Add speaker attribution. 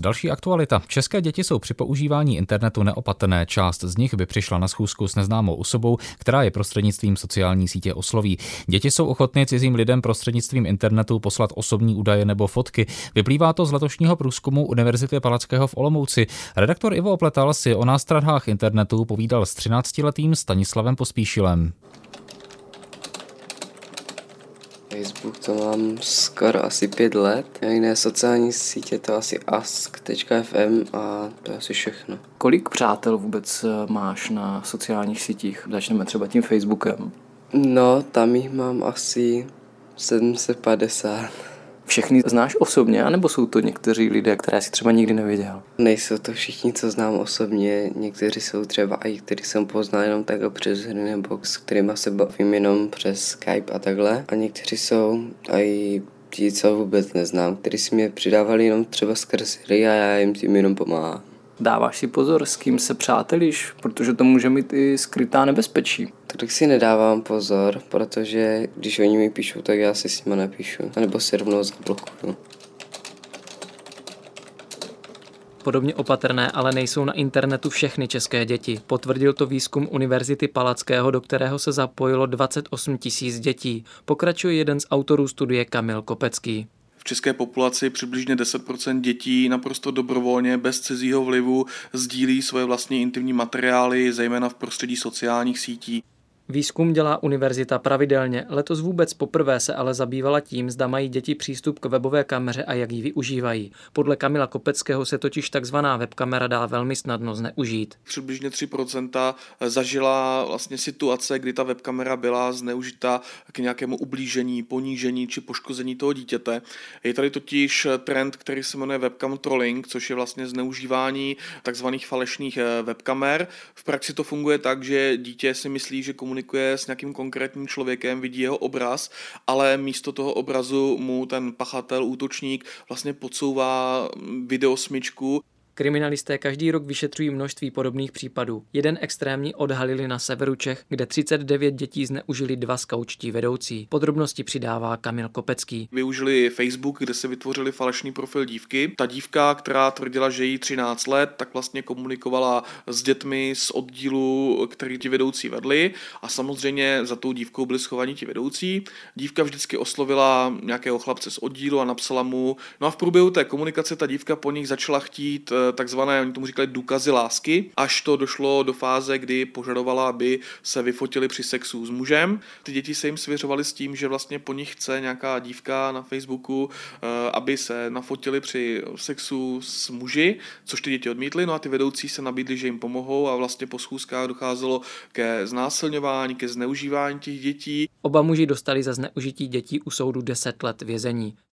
Speaker 1: Další aktualita. České děti jsou při používání internetu neopatrné. Část z nich by přišla na schůzku s neznámou osobou, která je prostřednictvím sociální sítě osloví. Děti jsou ochotny cizím lidem prostřednictvím internetu poslat osobní údaje nebo fotky. Vyplývá to z letošního průzkumu Univerzity Palackého v Olomouci. Redaktor Ivo Opletal si o nástrahách internetu povídal s 13letým Stanislavem Pospíšilem.
Speaker 2: Facebook to mám skoro asi 5 let. Jiné sociální sítě to asi ask.fm a to je asi všechno.
Speaker 3: Kolik přátel vůbec máš na sociálních sítích? Začneme třeba tím Facebookem.
Speaker 2: No, tam jich mám asi 750.
Speaker 3: Všechny znáš osobně, anebo jsou to někteří lidé, které si třeba nikdy neviděl?
Speaker 2: Nejsou to všichni, co znám osobně. Někteří jsou třeba i kteří jsem poznal jenom tak přes hry nebo s kterými se bavím jenom přes Skype a takhle. A někteří jsou i ti, co vůbec neznám, kteří si mě přidávali jenom třeba skrz hry a já jim tím jenom pomáhám.
Speaker 3: Dáváš si pozor, s kým se přátelíš, protože to může mít i skrytá nebezpečí.
Speaker 2: Tak si nedávám pozor, protože když oni mi píšou, tak já si s nimi napíšu, anebo se rovnou zablokuju.
Speaker 4: Podobně opatrné ale nejsou na internetu všechny české děti. Potvrdil to výzkum Univerzity Palackého, do kterého se zapojilo 28 000 dětí. Pokračuje jeden z autorů studie Kamil Kopecký.
Speaker 5: V české populaci přibližně 10% dětí naprosto dobrovolně, bez cizího vlivu, sdílí svoje vlastní intimní materiály, zejména v prostředí sociálních sítí.
Speaker 4: Výzkum dělá univerzita pravidelně. Letos vůbec poprvé se ale zabývala tím, zda mají děti přístup k webové kameře a jak ji využívají. Podle Kamila Kopeckého se totiž takzvaná webkamera dá velmi snadno zneužít.
Speaker 5: Přibližně 3% zažila vlastně situace, kdy ta webkamera byla zneužita k nějakému ublížení, ponížení či poškození toho dítěte. Je tady totiž trend, který se jmenuje webcam trolling, což je vlastně zneužívání takzvaných falešných webkamer. V praxi to funguje tak, že dítě si myslí, že komunikuje s nějakým konkrétním člověkem, vidí jeho obraz, ale místo toho obrazu mu ten pachatel, útočník vlastně podsouvá videosmyčku.
Speaker 4: Kriminalisté každý rok vyšetřují množství podobných případů. Jeden extrémní odhalili na severu Čech, kde 39 dětí zneužili 2 skaučtí vedoucí. Podrobnosti přidává Kamil Kopecký.
Speaker 5: Využili Facebook, kde se vytvořili falešný profil dívky. Ta dívka, která tvrdila, že jí 13 let, tak vlastně komunikovala s dětmi z oddílu, který ti vedoucí vedli, a samozřejmě za tou dívkou byli schovaní ti vedoucí. Dívka vždycky oslovila nějakého chlapce z oddílu a napsala mu, no a v průběhu té komunikace ta dívka po nich začala chtít takzvané, oni tomu říkali důkazy lásky, až to došlo do fáze, kdy požadovala, aby se vyfotili při sexu s mužem. Ty děti se jim svěřovaly s tím, že vlastně po nich chce nějaká dívka na Facebooku, aby se nafotili při sexu s muži, což ty děti odmítly, no a ty vedoucí se nabídli, že jim pomohou, a vlastně po schůzkách docházelo ke znásilňování, ke zneužívání těch dětí.
Speaker 4: Oba muži dostali za zneužití dětí u soudu 10 let vězení.